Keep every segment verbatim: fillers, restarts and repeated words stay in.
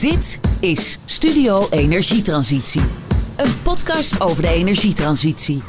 Dit is Studio Energietransitie. Een podcast over de energietransitie.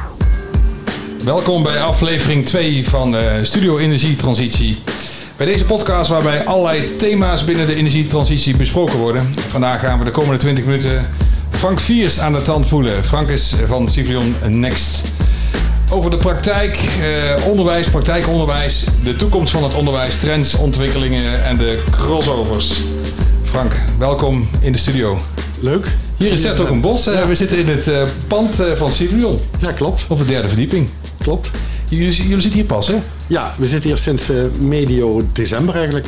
Welkom bij aflevering twee van uh, Studio Energietransitie. Bij deze podcast waarbij allerlei thema's binnen de energietransitie besproken worden. Vandaag gaan we de komende twintig minuten Frank Viers aan de tand voelen. Frank is van Civilion Next. Over de praktijk, eh, onderwijs, praktijkonderwijs, de toekomst van het onderwijs, trends, ontwikkelingen en de crossovers. Frank, welkom in de studio. Leuk. Hier is Zertogenbosch. Ja. We zitten in het uh, pand uh, van Civilion. Ja, klopt. Op de derde verdieping. Klopt. Jullie, jullie zitten hier pas, hè? Ja, we zitten hier sinds uh, medio december eigenlijk.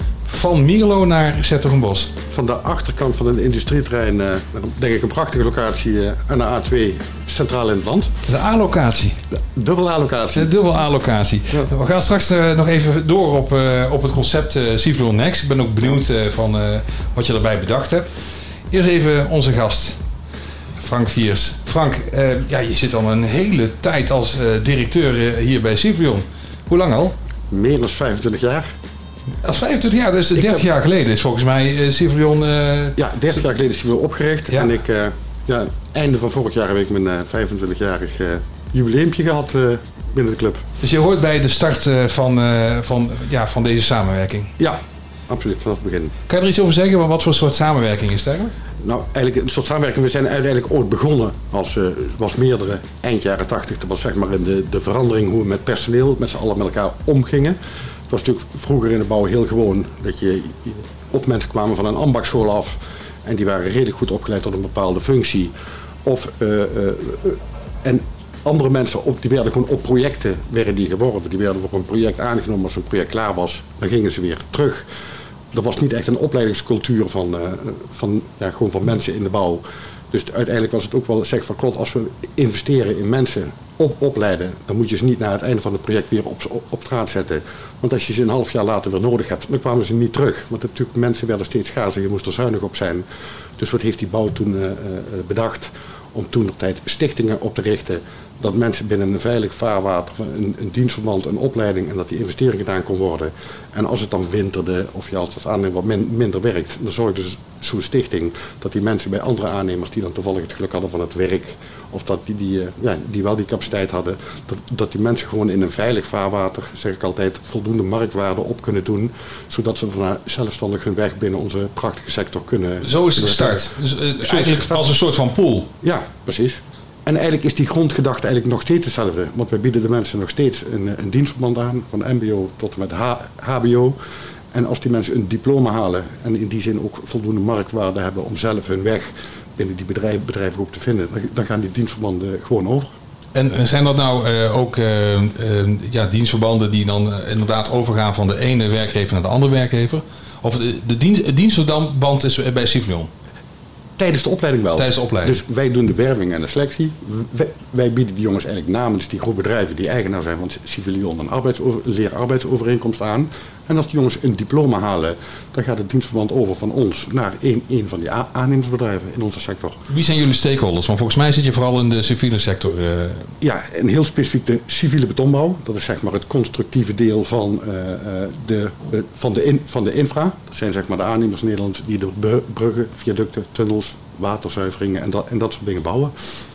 Van Mierlo naar Zertogenbosch. Van de achterkant van het industrieterrein, uh, denk ik een prachtige locatie uh, aan de A twee, centraal in het land. De A-locatie. De dubbel A-locatie. De dubbel A-locatie. Ja. We gaan straks uh, nog even door op, uh, op het concept uh, Civilion Next. Ik ben ook benieuwd uh, van uh, wat je erbij bedacht hebt. Eerst even onze gast, Frank Viers. Frank, uh, ja, je zit al een hele tijd als uh, directeur uh, hier bij Civilion. Hoe lang al? Meer dan vijfentwintig jaar. Als vijfentwintig jaar, dus dertig heb... jaar geleden is volgens mij uh, Civilion... Uh... Ja, dertig jaar geleden is Civilion opgericht. Ja. En ik, uh, ja, einde van vorig jaar heb ik mijn uh, vijfentwintigjarig uh, jubileumpje gehad uh, binnen de club. Dus je hoort bij de start uh, van, uh, van, ja, van deze samenwerking? Ja, absoluut, vanaf het begin. Kan je er iets over zeggen? Wat voor soort samenwerking is het eigenlijk? Nou, eigenlijk een soort samenwerking. We zijn uiteindelijk ooit begonnen als uh, was meerdere eind jaren tachtig. Dat was zeg maar in de, de verandering hoe we met personeel met z'n allen met elkaar omgingen. Het was natuurlijk vroeger in de bouw heel gewoon dat je op mensen kwamen van een ambachtschool af en die waren redelijk goed opgeleid tot een bepaalde functie. Of, uh, uh, uh, en andere mensen op, die werden gewoon op projecten werden die geworven. Die werden voor een project aangenomen. Als een project klaar was, dan gingen ze weer terug. Er was niet echt een opleidingscultuur van, uh, van, ja, gewoon van mensen in de bouw. Dus uiteindelijk was het ook wel zeg van god, als we investeren in mensen op, opleiden, dan moet je ze niet na het einde van het project weer op, op, op straat zetten. Want als je ze een half jaar later weer nodig hebt, dan kwamen ze niet terug. Want natuurlijk, mensen werden steeds schaarser, je moest er zuinig op zijn. Dus wat heeft die bouw toen uh, uh, bedacht? Om toen de tijd stichtingen op te richten. Dat mensen binnen een veilig vaarwater, een, een dienstverband, een opleiding en dat die investering gedaan kon worden. En als het dan winterde of je als het aannemer wat min, minder werkt, dan zorgde zo'n stichting dat die mensen bij andere aannemers die dan toevallig het geluk hadden van het werk of dat die, die, ja, die wel die capaciteit hadden, dat, dat die mensen gewoon in een veilig vaarwater, zeg ik altijd, voldoende marktwaarde op kunnen doen, zodat ze daarna zelfstandig hun weg binnen onze prachtige sector kunnen. Zo is het gestart. Dus, uh, eigenlijk gestart. Als een soort van pool. Ja, precies. En eigenlijk is die grondgedachte eigenlijk nog steeds hetzelfde. Want wij bieden de mensen nog steeds een, een dienstverband aan, van M B O tot en met H B O. En als die mensen een diploma halen en in die zin ook voldoende marktwaarde hebben om zelf hun weg binnen die bedrijven, bedrijven ook te vinden, dan, dan gaan die dienstverbanden gewoon over. En zijn dat nou uh, ook uh, uh, ja, dienstverbanden die dan uh, inderdaad overgaan van de ene werkgever naar de andere werkgever? Of de, de dienst, het dienstverband is bij Civilion? Tijdens de opleiding wel. Tijdens de opleiding. Dus wij doen de werving en de selectie. Wij, wij bieden die jongens eigenlijk namens die groep bedrijven die eigenaar zijn van Civilion een arbeidsover, leer-arbeidsovereenkomst aan. En als die jongens een diploma halen, dan gaat het dienstverband over van ons naar een, een van die aannemersbedrijven in onze sector. Wie zijn jullie stakeholders? Want volgens mij zit je vooral in de civiele sector. Uh... Ja, en heel specifiek de civiele betonbouw. Dat is zeg maar het constructieve deel van, uh, de, uh, van, de, in, van de infra. Dat zijn zeg maar de aannemers in Nederland die de bruggen, viaducten, tunnels, waterzuiveringen en dat, en dat soort dingen bouwen.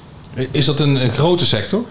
Is dat een, een grote sector?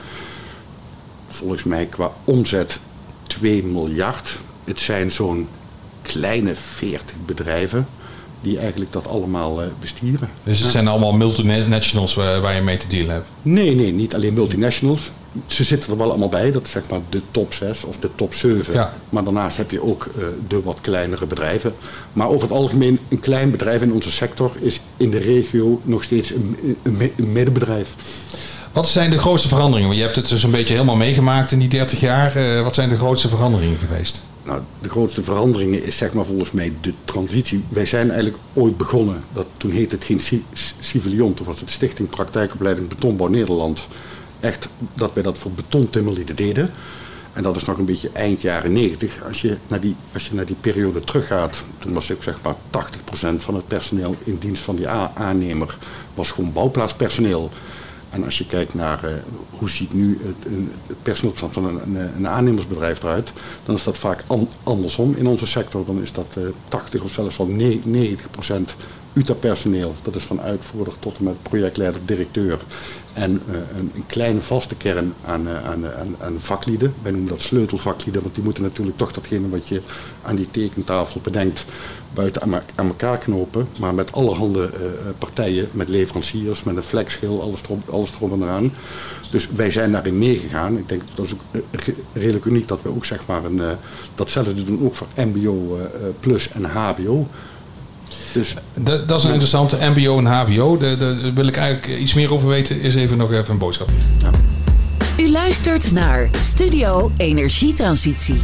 Volgens mij qua omzet twee miljard. Het zijn zo'n kleine veertig bedrijven die eigenlijk dat allemaal uh, bestieren. Dus het zijn allemaal multinationals waar, waar je mee te dealen hebt? Nee, nee, niet alleen multinationals. Ze zitten er wel allemaal bij. Dat is zeg maar de top zes of de top zeven. Ja. Maar daarnaast heb je ook uh, de wat kleinere bedrijven. Maar over het algemeen, een klein bedrijf in onze sector is in de regio nog steeds een, een, een middenbedrijf. Wat zijn de grootste veranderingen? Want je hebt het dus een beetje helemaal meegemaakt in die dertig jaar. Uh, wat zijn de grootste veranderingen geweest? Nou, de grootste veranderingen is zeg maar volgens mij de transitie. Wij zijn eigenlijk ooit begonnen, dat, toen heette het geen Civilion, toen was het Stichting Praktijkopleiding Betonbouw Nederland. Echt dat wij dat voor betontimmerlieden deden. En dat is nog een beetje eind jaren negentig. Als je naar die, als je naar die periode teruggaat, toen was ook zeg maar tachtig procent van het personeel in dienst van die aannemer was gewoon bouwplaatspersoneel. En als je kijkt naar uh, hoe ziet nu het, het personeelsbestand van een, een, een aannemersbedrijf eruit, dan is dat vaak an, andersom in onze sector. Dan is dat uh, tachtig of zelfs wel negentig procent U T A-personeel, dat is van uitvoerder tot en met projectleider, directeur. En uh, een, een kleine vaste kern aan, uh, aan, aan, aan vaklieden. Wij noemen dat sleutelvaklieden, want die moeten natuurlijk toch datgene wat je aan die tekentafel bedenkt buiten aan, aan elkaar knopen. Maar met allerhande uh, partijen, met leveranciers, met een flexschil, alles erop, alles erop en eraan. Dus wij zijn daarin meegegaan. Ik denk dat is ook redelijk uniek dat we ook zeg maar een, uh, datzelfde doen ook voor M B O uh, plus en H B O. Dus, dat, dat is een interessante M B O en H B O. Daar, daar wil ik eigenlijk iets meer over weten. Is even nog even een boodschap. Ja. U luistert naar Studio Energietransitie.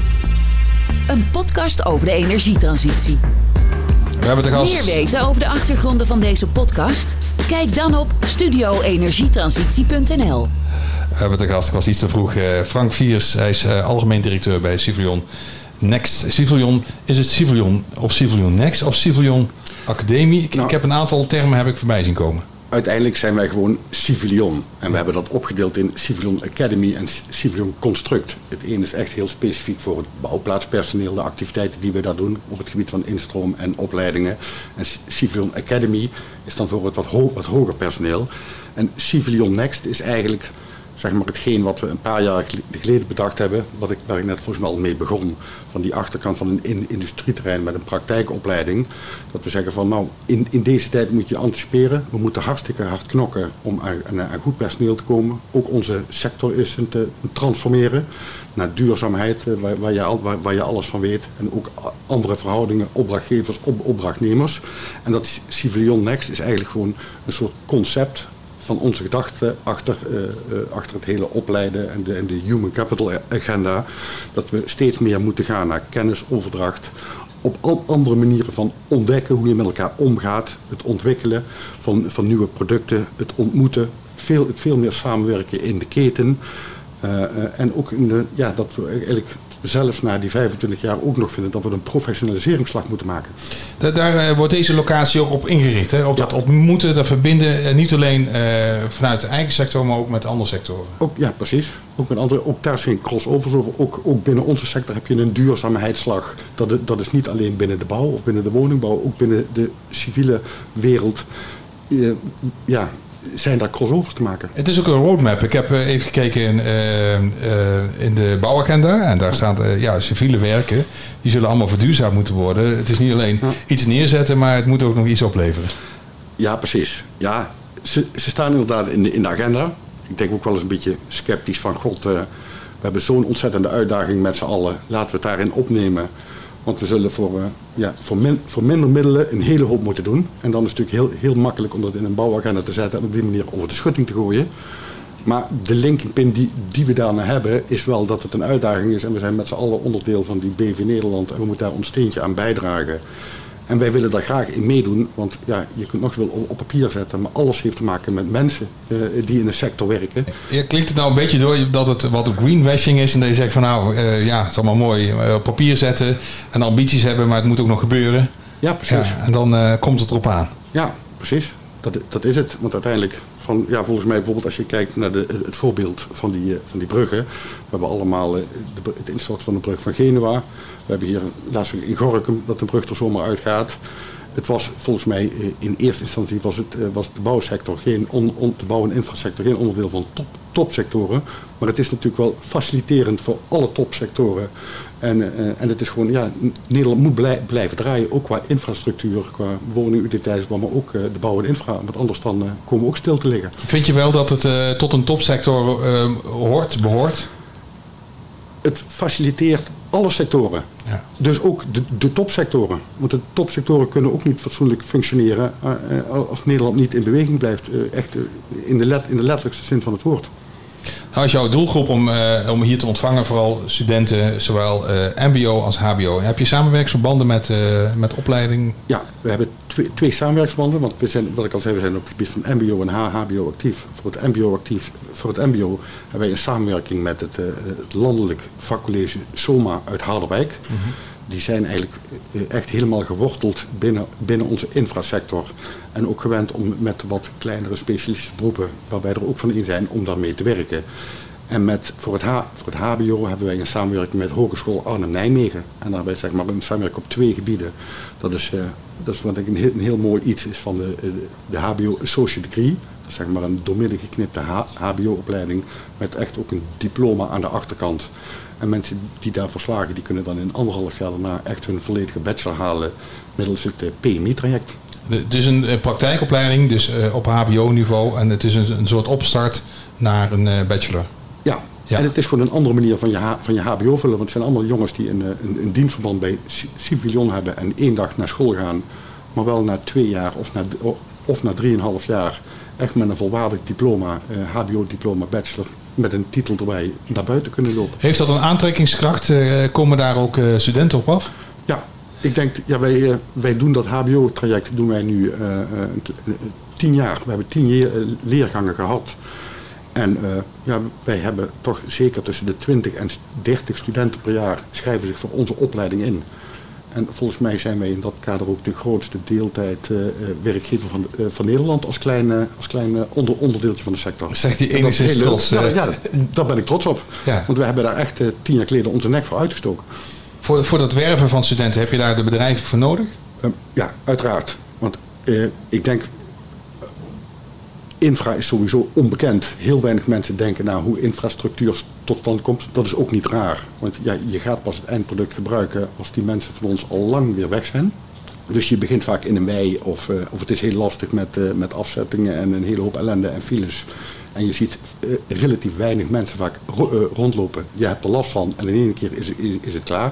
Een podcast over de energietransitie. We hebben de gast... Meer weten over de achtergronden van deze podcast? Kijk dan op studio energietransitie punt n l. We hebben de gast, ik was iets te vroeg, Frank Viers. Hij is algemeen directeur bij Civilion Next. Civilion, is het Civilion of Civilion Next of Civilion Academie? Ik, nou, ik heb een aantal termen heb ik voorbij zien komen. Uiteindelijk zijn wij gewoon Civilion. En we hebben dat opgedeeld in Civilion Academy en Civilion Construct. Het ene is echt heel specifiek voor het bouwplaatspersoneel, de activiteiten die we daar doen op het gebied van instroom en opleidingen. En Civilion Academy is dan voor het wat, ho- wat hoger personeel. En Civilion Next is eigenlijk zeg maar hetgeen wat we een paar jaar geleden bedacht hebben, wat ik, waar ik net volgens mij al mee begon, van die achterkant van een in, industrieterrein met een praktijkopleiding, dat we zeggen van nou, in, in deze tijd moet je anticiperen, we moeten hartstikke hard knokken om aan, aan goed personeel te komen. Ook onze sector is te, te transformeren naar duurzaamheid, waar, waar, je al, waar, waar je alles van weet, en ook andere verhoudingen, opdrachtgevers, op, opdrachtnemers. En dat Civilion Next is eigenlijk gewoon een soort concept van onze gedachten achter, uh, uh, achter het hele opleiden en de, en de human capital agenda. Dat we steeds meer moeten gaan naar kennisoverdracht. Op al andere manieren van ontdekken hoe je met elkaar omgaat. Het ontwikkelen van, van nieuwe producten. Het ontmoeten. Veel, het veel meer samenwerken in de keten. Uh, uh, en ook in de, ja, dat we eigenlijk zelfs na die vijfentwintig jaar ook nog vinden dat we een professionaliseringsslag moeten maken. Da- daar uh, wordt deze locatie ook op ingericht, hè? Op Ja. dat ontmoeten, dat verbinden, uh, niet alleen uh, vanuit de eigen sector, maar ook met andere sectoren. Ook, ja, precies. Ook, met andere, ook daar zijn crossovers over. Ook, ook binnen onze sector heb je een duurzaamheidsslag. Dat, dat is niet alleen binnen de bouw of binnen de woningbouw, ook binnen de civiele wereld. Uh, ja, zijn daar crossovers te maken. Het is ook een roadmap. Ik heb uh, even gekeken in, uh, uh, in de bouwagenda. En daar staat uh, ja, civiele werken. Die zullen allemaal verduurzaamd moeten worden. Het is niet alleen Ja. iets neerzetten, maar het moet ook nog iets opleveren. Ja, precies. Ja, ze, ze staan inderdaad in de, in de agenda. Ik denk ook wel eens een beetje sceptisch van god, uh, we hebben zo'n ontzettende uitdaging met z'n allen. Laten we het daarin opnemen. Want we zullen voor, uh, ja, voor, min, voor minder middelen een hele hoop moeten doen. En dan is het natuurlijk heel, heel makkelijk om dat in een bouwagenda te zetten en op die manier over de schutting te gooien. Maar de linking pin die, die we daarna hebben is wel dat het een uitdaging is. En we zijn met z'n allen onderdeel van die B V Nederland en we moeten daar ons steentje aan bijdragen. En wij willen daar graag in meedoen, want ja, je kunt nog zoveel op, op papier zetten, maar alles heeft te maken met mensen uh, die in de sector werken. Ja, klinkt het nou een beetje door dat het wat greenwashing is en dat je zegt van nou, uh, ja, het is allemaal mooi uh, op papier zetten en ambities hebben, maar het moet ook nog gebeuren. Ja, precies. Ja, en dan uh, komt het erop aan. Ja, precies. Dat, dat is het. Want uiteindelijk, van, ja, volgens mij bijvoorbeeld als je kijkt naar de, het voorbeeld van die, van die bruggen. We hebben allemaal uh, de, het instorten van de brug van Genua. We hebben hier laatst in Gorinchem dat de brug er zomaar uitgaat. Het was volgens mij in eerste instantie was, het, was de bouwsector geen on, on, de bouw- en infrasector geen onderdeel van top, topsectoren. Maar het is natuurlijk wel faciliterend voor alle topsectoren. En, uh, en het is gewoon, ja, Nederland moet blij, blijven draaien, ook qua infrastructuur, qua woningutiliteitsbouw, maar ook uh, de bouw en infra. Want anders dan uh, komen we ook stil te liggen. Vind je wel dat het uh, tot een topsector uh, hoort, behoort? Het faciliteert alle sectoren. Ja. Dus ook de, de topsectoren. Want de topsectoren kunnen ook niet fatsoenlijk functioneren uh, uh, als Nederland niet in beweging blijft. Uh, echt uh, in, de let, in de letterlijkste zin van het woord. Nou is jouw doelgroep om, uh, om hier te ontvangen vooral studenten, zowel uh, M B O als H B O. Heb je samenwerksverbanden met, uh, met opleiding? Ja, we hebben twee, twee samenwerksverbanden. Want we zijn, wat ik al zei, we zijn op het gebied van M B O en H B O actief. Voor het M B O actief, voor het M B O hebben wij een samenwerking met het, uh, het landelijk vakcollege SOMA uit Harderwijk. Mm-hmm. Die zijn eigenlijk echt helemaal geworteld binnen, binnen onze infrasector. En ook gewend om met wat kleinere specialistische beroepen, waar wij er ook van in zijn, om daarmee te werken. En met, voor, het H, voor het H B O hebben wij een samenwerking met Hogeschool Arnhem-Nijmegen. En daar hebben wij zeg maar, een samenwerking op twee gebieden. Dat is, uh, dat is wat ik een heel, een heel mooi iets is van de, uh, de H B O Associate Degree. Dat is zeg maar een doormidden geknipte H B O-opleiding met echt ook een diploma aan de achterkant. En mensen die daarvoor slagen, die kunnen dan in anderhalf jaar daarna echt hun volledige bachelor halen middels het uh, P M I-traject. Het is een praktijkopleiding, dus uh, op H B O-niveau. En het is een, een soort opstart naar een uh, bachelor. Ja. Ja, en het is gewoon een andere manier van je, H, van je H B O vullen. Want het zijn allemaal jongens die een, een, een dienstverband bij Civilion hebben en één dag naar school gaan. Maar wel na twee jaar of na, of na drieënhalf jaar echt met een volwaardig diploma, uh, H B O-diploma, bachelor, met een titel erbij naar buiten kunnen lopen. Heeft dat een aantrekkingskracht? Uh, komen daar ook uh, studenten op af? Ja, ik denk, ja, wij, uh, wij doen dat H B O-traject doen wij nu uh, uh, tien jaar. We hebben tien jaar, uh, leergangen gehad. En uh, ja, wij hebben toch zeker tussen de twintig en dertig studenten per jaar schrijven zich voor onze opleiding in. En volgens mij zijn wij in dat kader ook de grootste deeltijd uh, werkgever van, uh, van Nederland als klein, uh, als klein uh, onder, onderdeeltje van de sector. Zegt die enigszins trots. Ja, ja, daar ben ik trots op. Ja. Want we hebben daar echt uh, tien jaar geleden onze nek voor uitgestoken. Voor, voor dat werven van studenten, heb je daar de bedrijven voor nodig? Uh, ja, uiteraard. Want uh, ik denk... Infra is sowieso onbekend. Heel weinig mensen denken naar hoe infrastructuur tot stand komt. Dat is ook niet raar. Want ja, je gaat pas het eindproduct gebruiken als die mensen van ons al lang weer weg zijn. Dus je begint vaak in een wei of, uh, of het is heel lastig met, uh, met afzettingen en een hele hoop ellende en files. En je ziet uh, relatief weinig mensen vaak ro- uh, rondlopen. Je hebt er last van en in één keer is, is, is het klaar.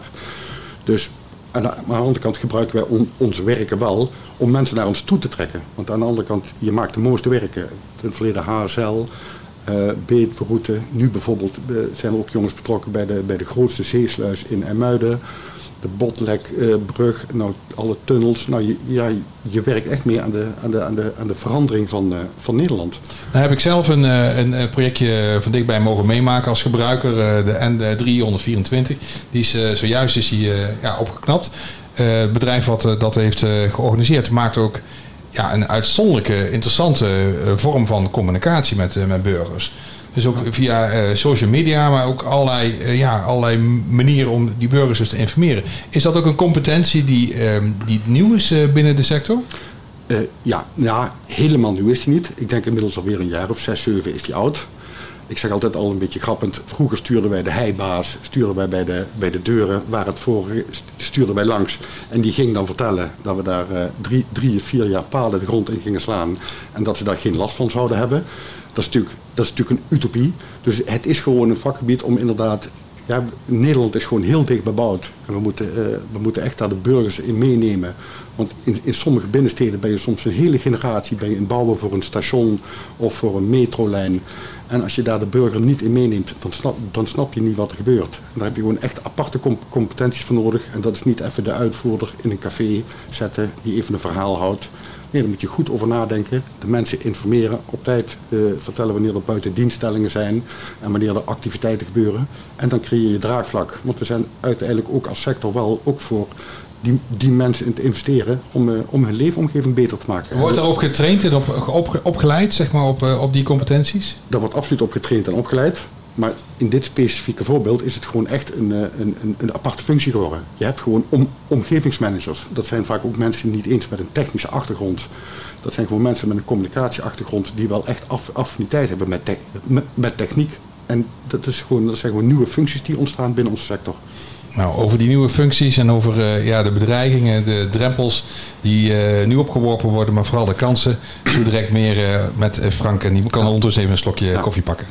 Dus aan de, aan de andere kant gebruiken wij on, ons werken wel om mensen naar ons toe te trekken. Want aan de andere kant, je maakt de mooiste werken. In het verleden H S L, uh, Beetroute. Nu bijvoorbeeld uh, zijn er ook jongens betrokken bij de, bij de grootste zeesluis in IJmuiden. De Botlekbrug, uh, nou, alle tunnels. Nou, je, ja, je werkt echt mee aan de, aan de, aan de, aan de verandering van, uh, van Nederland. Nou heb ik zelf een, een projectje van dichtbij mogen meemaken als gebruiker. De N driehonderdvierentwintig. Die is uh, zojuist is die, uh, ja, opgeknapt. Uh, het bedrijf wat uh, dat heeft uh, georganiseerd maakt ook ja, een uitzonderlijke, interessante uh, vorm van communicatie met, uh, met burgers. Dus ook via uh, social media, maar ook allerlei, uh, ja, allerlei manieren om die burgers dus te informeren. Is dat ook een competentie die, uh, die nieuw is uh, binnen de sector? Uh, ja, ja, helemaal nieuw is die niet. Ik denk inmiddels alweer een jaar of zes, zeven is die oud. Ik zeg altijd al een beetje grappend, vroeger stuurden wij de heibaas, stuurden wij bij de, bij de deuren waar het voor, stuurden wij langs. En die ging dan vertellen dat we daar uh, drie, drie of vier jaar palen de grond in gingen slaan. En dat ze daar geen last van zouden hebben. Dat is natuurlijk, dat is natuurlijk een utopie. Dus het is gewoon een vakgebied om inderdaad... Ja, Nederland is gewoon heel dicht bebouwd. En we moeten, uh, we moeten echt daar de burgers in meenemen. Want in, in sommige binnensteden ben je soms een hele generatie ben je in het bouwen voor een station of voor een metrolijn. En als je daar de burger niet in meeneemt, dan snap, dan snap je niet wat er gebeurt. En daar heb je gewoon echt aparte competenties voor nodig. En dat is niet even de uitvoerder in een café zetten die even een verhaal houdt. Nee, daar moet je goed over nadenken. De mensen informeren, op tijd uh, vertellen wanneer er buiten dienststellingen zijn en wanneer er activiteiten gebeuren. En dan creëer je draagvlak. Want we zijn uiteindelijk ook als sector wel ook voor die, die mensen in te investeren om, uh, om hun leefomgeving beter te maken. Wordt daarop getraind en op, op, opgeleid, zeg maar, op, uh, op die competenties? Daar wordt absoluut op getraind en opgeleid. Maar in dit specifieke voorbeeld is het gewoon echt een, een, een, een aparte functie geworden. Je hebt gewoon om, omgevingsmanagers. Dat zijn vaak ook mensen niet eens met een technische achtergrond. Dat zijn gewoon mensen met een communicatieachtergrond die wel echt af, affiniteit hebben met, te, met, met techniek. En dat, is gewoon, dat zijn gewoon nieuwe functies die ontstaan binnen onze sector. Nou, over die nieuwe functies en over uh, ja, de bedreigingen, de drempels die uh, nu opgeworpen worden, maar vooral de kansen. Zo direct meer uh, met Frank en die kan ja. ondertussen even een slokje ja. koffie pakken.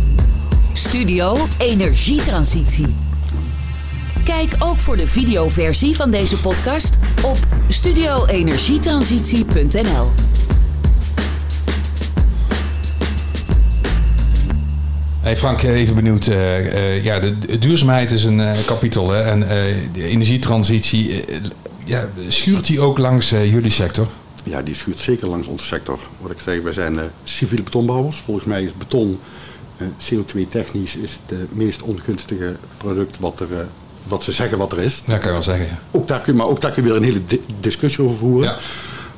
Studio Energietransitie. Kijk ook voor de videoversie van deze podcast op studio energietransitie punt n l. Hey Frank, even benieuwd. Uh, uh, ja, de, de duurzaamheid is een uh, kapitel. Hè? En uh, de energietransitie, uh, ja, schuurt die ook langs uh, jullie sector? Ja, die schuurt zeker langs onze sector. Wat ik zeg, wij zijn uh, civiele betonbouwers. Volgens mij is beton uh, C O twee technisch is het uh, meest ongunstige product wat, er, uh, wat ze zeggen wat er is. Ja, kan je wel zeggen. Ja. Ook daar kun je, maar ook daar kun je weer een hele di- discussie over voeren. Ja.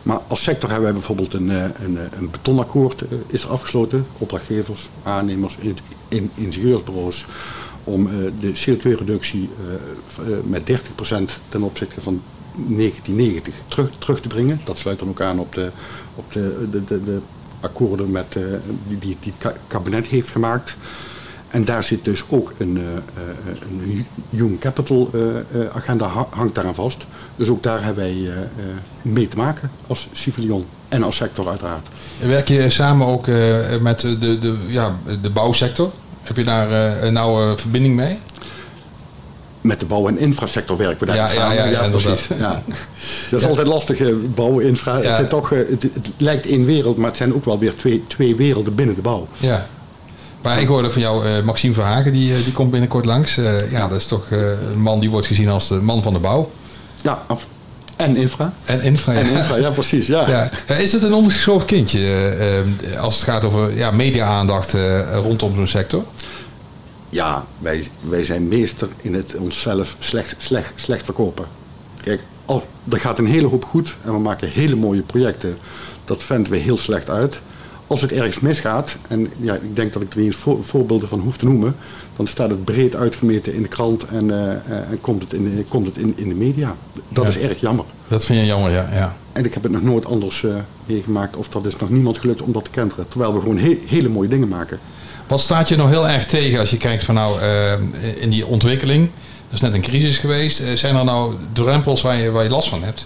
Maar als sector hebben wij bijvoorbeeld een, een, een betonakkoord is er afgesloten. Opdrachtgevers, aannemers, in, ingenieursbureaus. Om uh, de C O twee reductie uh, uh, met dertig procent ten opzichte van negentien negentig terug, terug te brengen. Dat sluit dan ook aan op de, op de, de, de, de akkoorden met, uh, die, die, die het kabinet heeft gemaakt. En daar zit dus ook een, uh, een Human Capital uh, agenda hangt daaraan vast. Dus ook daar hebben wij uh, uh, mee te maken als Civilion en als sector uiteraard. Werk je samen ook uh, met de, de, ja, de bouwsector? Heb je daar uh, een nauwe verbinding mee? Met de bouw- en infrasector werken we daar ja, samen. Ja, ja, ja, ja precies. Ja. Dat is ja. altijd lastig, uh, bouwen, infra. Ja. Het, zijn toch, uh, het, het lijkt één wereld, maar het zijn ook wel weer twee, twee werelden binnen de bouw. Ja. Maar ik hoorde van jou, uh, Maxime Verhagen, die, uh, die komt binnenkort langs. Uh, ja, dat is toch uh, een man die wordt gezien als de man van de bouw. Ja, en infra. En infra, ja. En infra, ja precies. Ja. Ja. Uh, is het een ondergeschoven kindje uh, uh, als het gaat over ja, media-aandacht uh, rondom zo'n sector? Ja, wij, wij zijn meester in het onszelf slecht, slecht, slecht verkopen. Kijk, al, er gaat een hele hoop goed en we maken hele mooie projecten. Dat vinden we heel slecht uit. Als het ergens misgaat, en ja, ik denk dat ik er niet eens voor, voorbeelden van hoef te noemen, dan staat het breed uitgemeten in de krant en, uh, en komt het, in de, komt het in, in de media. Dat ja. is erg jammer. Dat vind je jammer, ja. ja. En ik heb het nog nooit anders uh, meegemaakt of dat is nog niemand gelukt om dat te kenteren. Terwijl we gewoon he, hele mooie dingen maken. Wat staat je nog heel erg tegen als je kijkt van nou uh, in die ontwikkeling? Er is net een crisis geweest. Uh, zijn er nou drempels waar je, waar je last van hebt?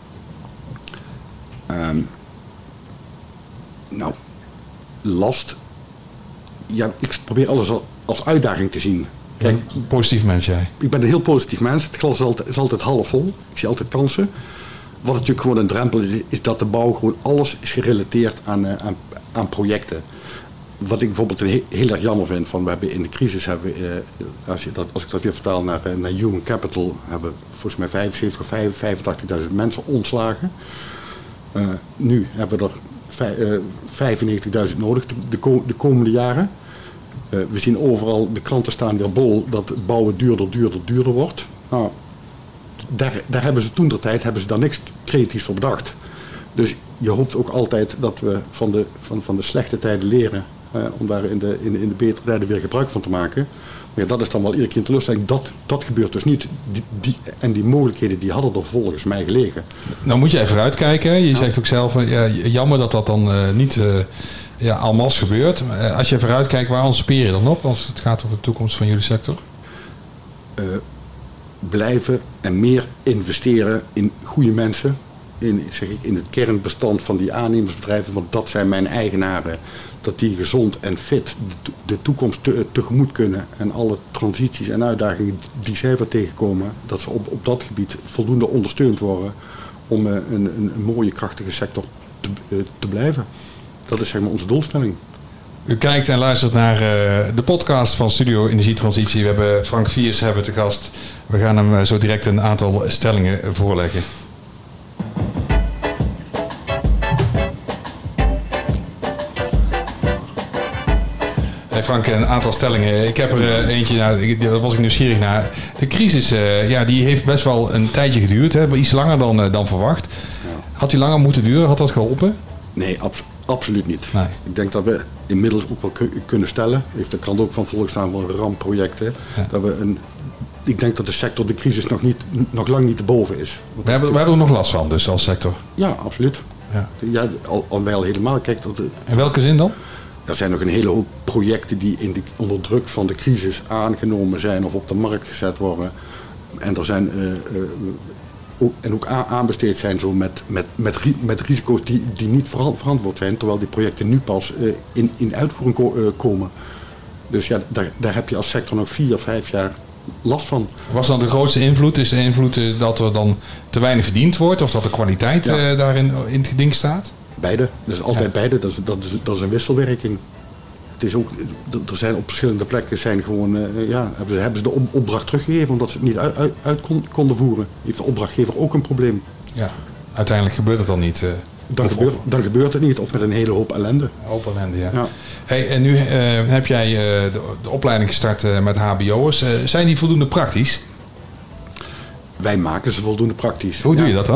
Um, nou, last. Ja, ik probeer alles als uitdaging te zien. Kijk, een positief mens jij? Ik ben een heel positief mens. Het glas is altijd, is altijd half vol. Ik zie altijd kansen. Wat natuurlijk gewoon een drempel is, is dat de bouw gewoon alles is gerelateerd aan, uh, aan, aan projecten. Wat ik bijvoorbeeld heel, heel erg jammer vind, van we hebben in de crisis hebben we, uh, als, je dat, als ik dat weer vertaal naar, uh, naar Human Capital, hebben volgens mij vijfenzeventig of vijfentachtigduizend mensen ontslagen. Uh, nu hebben we er vij, uh, vijfennegentigduizend nodig de, de, ko- de komende jaren. Uh, we zien overal, de kranten staan weer bol dat het bouwen duurder, duurder, duurder wordt. Nou, daar, daar hebben ze toen der tijd hebben ze daar niks creatiefs voor bedacht. Dus je hoopt ook altijd dat we van de, van, van de slechte tijden leren. Uh, om daar in de, in, de, in de betere tijden weer gebruik van te maken. Maar ja, dat is dan wel iedere keer een teleurstelling. Dat, dat gebeurt dus niet. Die, die, en die mogelijkheden die hadden er volgens mij gelegen. Nou moet je even uitkijken. Je ja. zegt ook zelf, ja, jammer dat dat dan uh, niet uh, ja, en masse gebeurt. Uh, als je even uitkijkt, waar anticipeer je dan op als het gaat over de toekomst van jullie sector? Uh, blijven en meer investeren in goede mensen. In, zeg ik, in het kernbestand van die aannemersbedrijven, want dat zijn mijn eigenaren, dat die gezond en fit de, de toekomst te, tegemoet kunnen en alle transities en uitdagingen die zij weer tegenkomen, dat ze op, op dat gebied voldoende ondersteund worden om uh, een, een, een mooie, krachtige sector te, uh, te blijven. Dat is zeg maar onze doelstelling. U kijkt en luistert naar uh, de podcast van Studio Energietransitie. We hebben Frank Viers hebben te gast. We gaan hem uh, zo direct een aantal stellingen voorleggen. Hey Frank, een aantal stellingen. Ik heb er uh, eentje, nou, daar was ik nieuwsgierig naar. De crisis, uh, ja, die heeft best wel een tijdje geduurd, hè, iets langer dan, uh, dan verwacht. Had die langer moeten duren? Had dat geholpen? Nee, abs- absoluut niet. Nee. Ik denk dat we inmiddels ook wel k- kunnen stellen, heeft de krant ook van volkstaan van rampprojecten, ja. dat we een, ik denk dat de sector de crisis nog, niet, nog lang niet te boven is. We hebben, we hebben er nog last van, dus als sector? Ja, absoluut. Ja. Ja, al, al wij al helemaal. Kijk, dat, in welke zin dan? Er zijn nog een hele hoop projecten die in de, onder druk van de crisis aangenomen zijn of op de markt gezet worden. En er zijn uh, uh, ook, en ook aanbesteed zijn zo met, met, met, met risico's die, die niet verantwoord zijn, terwijl die projecten nu pas uh, in, in uitvoering ko- uh, komen. Dus ja, daar, daar heb je als sector nog vier of vijf jaar last van. Was dan de grootste invloed? Is de invloed uh, dat er dan te weinig verdiend wordt of dat de kwaliteit ja. uh, daarin in het geding staat? Beide. Dat is altijd ja. beide. Dat is, dat, is, dat is een wisselwerking. Het is ook, er zijn op verschillende plekken zijn gewoon, uh, ja, hebben, ze, hebben ze de op, opdracht teruggegeven omdat ze het niet uit, uit, uit kon, konden voeren. Heeft de opdrachtgever ook een probleem. Ja, uiteindelijk gebeurt het dan niet. Uh, dan, of, gebeurt, of, dan gebeurt het niet of met een hele hoop ellende. Een hoop ellende, ja. ja. Hey, en nu uh, heb jij uh, de, de opleiding gestart uh, met H B O'ers. Uh, zijn die voldoende praktisch? Wij maken ze voldoende praktisch. Hoe ja. doe je dat dan?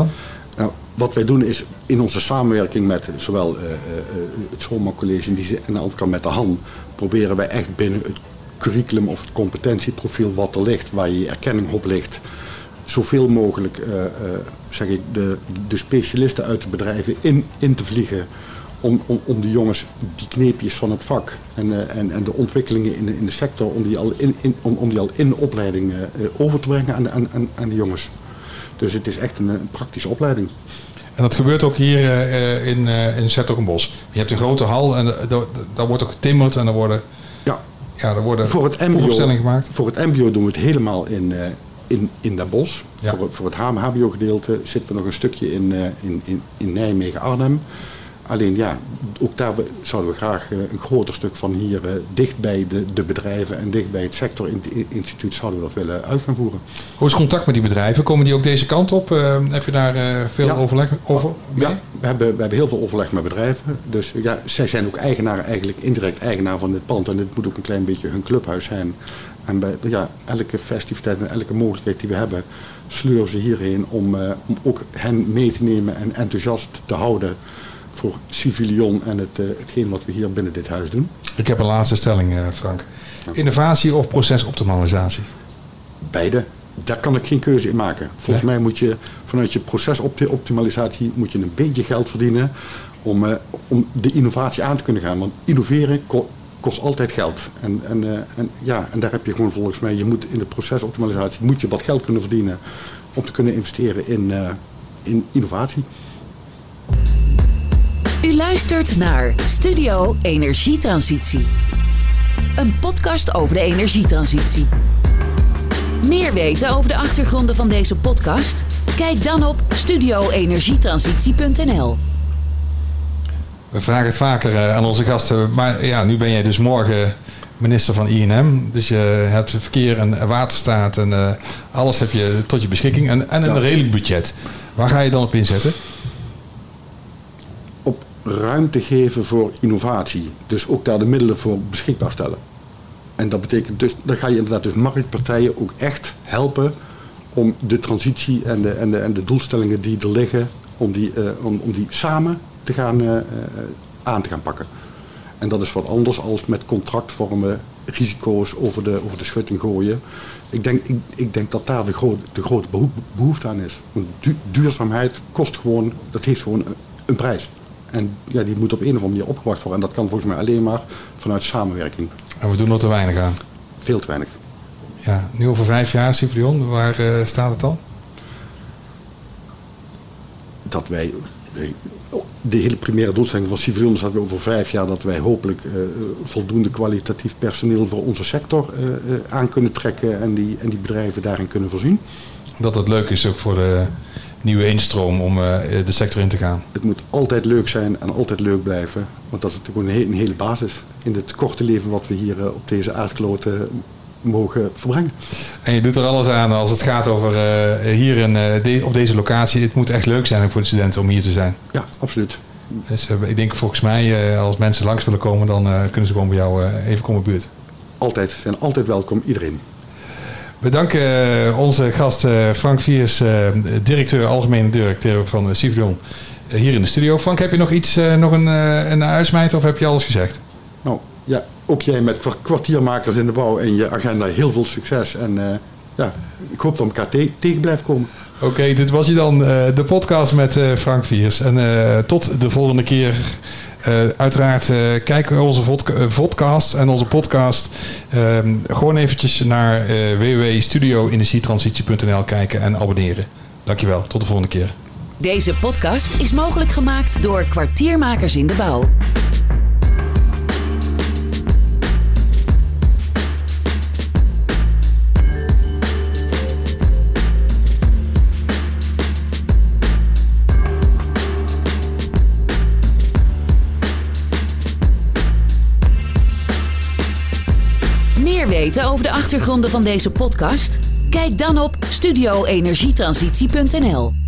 Nou, wat wij doen is in onze samenwerking met zowel uh, uh, het Schoonmaakcollege en aan de andere kant met de H A N, proberen wij echt binnen het curriculum of het competentieprofiel wat er ligt, waar je erkenning op ligt, zoveel mogelijk uh, uh, zeg ik, de, de specialisten uit de bedrijven in, in te vliegen. Om, om, om de jongens die kneepjes van het vak en, uh, en, en de ontwikkelingen in de, in de sector, om die al in, in, om, om die al in de opleiding uh, over te brengen aan de, aan, aan de jongens. Dus het is echt een, een praktische opleiding. En dat gebeurt ook hier uh, in, uh, in 's-Hertogenbosch. Je hebt een grote hal en daar wordt ook getimmerd en er worden, ja. Ja, er worden voor het M B O, voorstellingen gemaakt. Voor het M B O doen we het helemaal in, uh, in, in Den Bosch. Ja. Voor, voor het H B O gedeelte zitten we nog een stukje in, uh, in, in, in Nijmegen-Arnhem. Alleen ja, ook daar zouden we graag uh, een groter stuk van hier uh, dicht bij de, de bedrijven en dicht bij het sectorinstituut zouden we dat willen uit gaan voeren. Hoe is contact met die bedrijven? Komen die ook deze kant op? Uh, heb je daar uh, veel ja. overleg over? Mee? Ja, we hebben, we hebben heel veel overleg met bedrijven. Dus ja, zij zijn ook eigenaar, eigenlijk indirect eigenaar van dit pand. En dit moet ook een klein beetje hun clubhuis zijn. En bij ja, elke festiviteit en elke mogelijkheid die we hebben, sleuren ze hierheen om, uh, om ook hen mee te nemen en enthousiast te houden voor Civilion en het, uh, hetgeen wat we hier binnen dit huis doen. Ik heb een laatste stelling, uh, Frank. Innovatie of procesoptimalisatie? Beide. Daar kan ik geen keuze in maken. Volgens nee? mij moet je vanuit je procesoptimalisatie moet je een beetje geld verdienen om, uh, om de innovatie aan te kunnen gaan. Want innoveren ko- kost altijd geld. En, en, uh, en, ja, en daar heb je gewoon volgens mij, je moet in de procesoptimalisatie moet je wat geld kunnen verdienen om te kunnen investeren in, uh, in innovatie. U luistert naar Studio Energietransitie. Een podcast over de energietransitie. Meer weten over de achtergronden van deze podcast? Kijk dan op studio energietransitie punt n l. We vragen het vaker aan onze gasten. Maar ja, nu ben jij dus morgen minister van I N M. Dus je hebt verkeer en waterstaat en uh, alles heb je tot je beschikking. En, en een ja. redelijk budget. Waar ga je dan op inzetten? Op ruimte geven voor innovatie. Dus ook daar de middelen voor beschikbaar stellen. En dat betekent dus, dan ga je inderdaad dus marktpartijen ook echt helpen om de transitie en de, en de, en de doelstellingen die er liggen, om die, uh, om, om die samen te gaan, uh, aan te gaan pakken. En dat is wat anders als met contractvormen risico's over de, over de schutting gooien. Ik denk, ik, ik denk dat daar de, gro- de grote behoefte aan is. Want du- duurzaamheid kost gewoon, dat heeft gewoon een, een prijs. En ja, die moet op een of andere manier opgebracht worden. En dat kan volgens mij alleen maar vanuit samenwerking. En we doen er te weinig aan. Veel te weinig. Ja, nu over vijf jaar, Civilion, waar uh, staat het dan? Dat wij, de hele primaire doelstelling van Civilion is dat we over vijf jaar dat wij hopelijk uh, voldoende kwalitatief personeel voor onze sector uh, uh, aan kunnen trekken en die, en die bedrijven daarin kunnen voorzien. Dat het leuk is ook voor de nieuwe instroom om uh, de sector in te gaan. Het moet altijd leuk zijn en altijd leuk blijven, want dat is natuurlijk een, he- een hele basis in het korte leven wat we hier uh, op deze aardkloot uh, mogen verbrengen. En je doet er alles aan als het gaat over uh, hier in, uh, de, op deze locatie. Het moet echt leuk zijn voor de studenten om hier te zijn. Ja, absoluut. Dus uh, ik denk volgens mij, uh, als mensen langs willen komen, dan uh, kunnen ze gewoon bij jou uh, even komen buurt. Altijd, zijn altijd welkom, iedereen. We danken uh, onze gast uh, Frank Viers, uh, directeur, algemene directeur van uh, Civilion, uh, hier in de studio. Frank, heb je nog iets, uh, nog een, uh, een uitsmijter of heb je alles gezegd? Nou, ja, ook jij met kwartiermakers in de bouw en je agenda heel veel succes. En uh, ja, ik hoop dat we elkaar te- tegen blijven komen. Oké, okay, dit was je dan, uh, de podcast met uh, Frank Viers. En uh, tot de volgende keer. Uh, uiteraard uh, kijk onze vodcast en onze podcast. Uh, gewoon eventjes naar uh, w w w punt studio energietransitie punt n l kijken en abonneren. Dankjewel, tot de volgende keer. Deze podcast is mogelijk gemaakt door kwartiermakers in de bouw. Meer weten over de achtergronden van deze podcast? Kijk dan op studio energietransitie punt n l.